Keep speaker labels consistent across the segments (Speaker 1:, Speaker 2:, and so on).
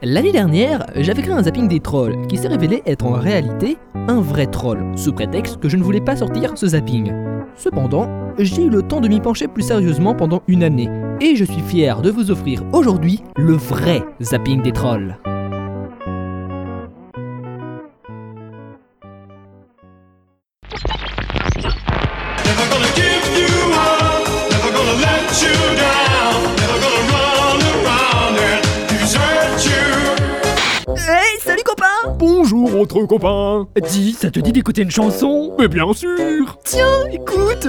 Speaker 1: L'année dernière, j'avais créé un zapping des trolls qui s'est révélé être en réalité un vrai troll, sous prétexte que je ne voulais pas sortir ce zapping. Cependant, j'ai eu le temps de m'y pencher plus sérieusement pendant une année, et je suis fier de vous offrir aujourd'hui le vrai zapping des trolls.
Speaker 2: Never gonna give you up, never gonna let you down, never gonna run around and desert you.
Speaker 1: Hey, salut copain!
Speaker 3: Bonjour autre copain.
Speaker 1: Dis, ça te dit d'écouter une chanson?
Speaker 3: Mais bien sûr.
Speaker 1: Tiens, écoute!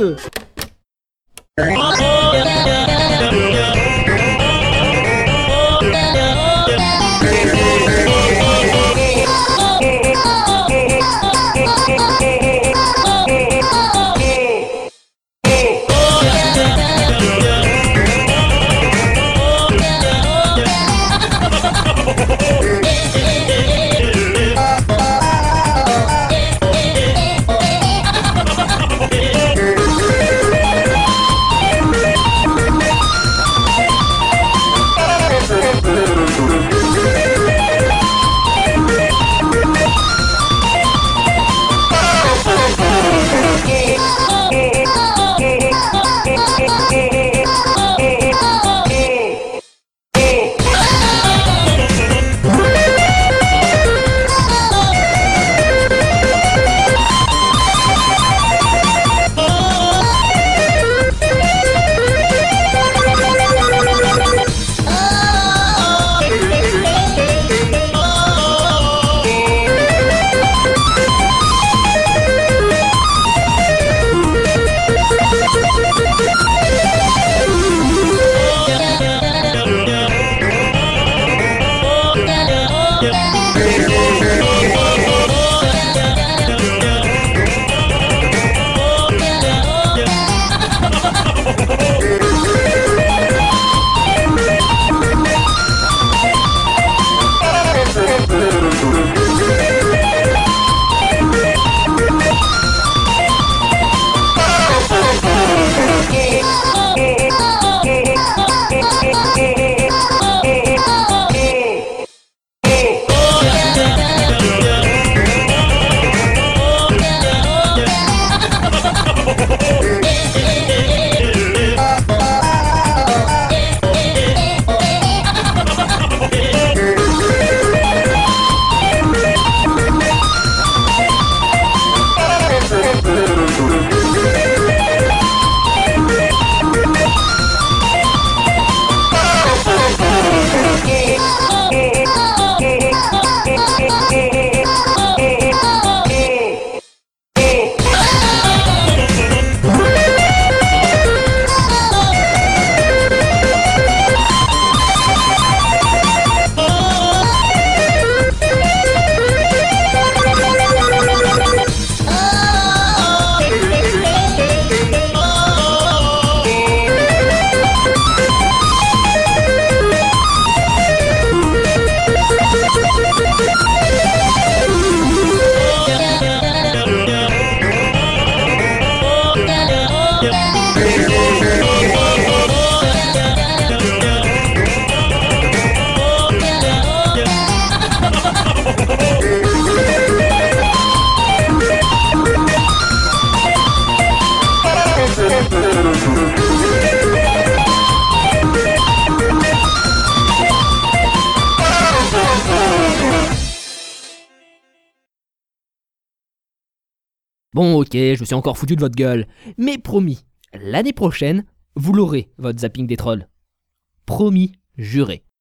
Speaker 1: Bon ok, je me suis encore foutu de votre gueule, mais promis, l'année prochaine, vous l'aurez, votre zapping des trolls. Promis, juré.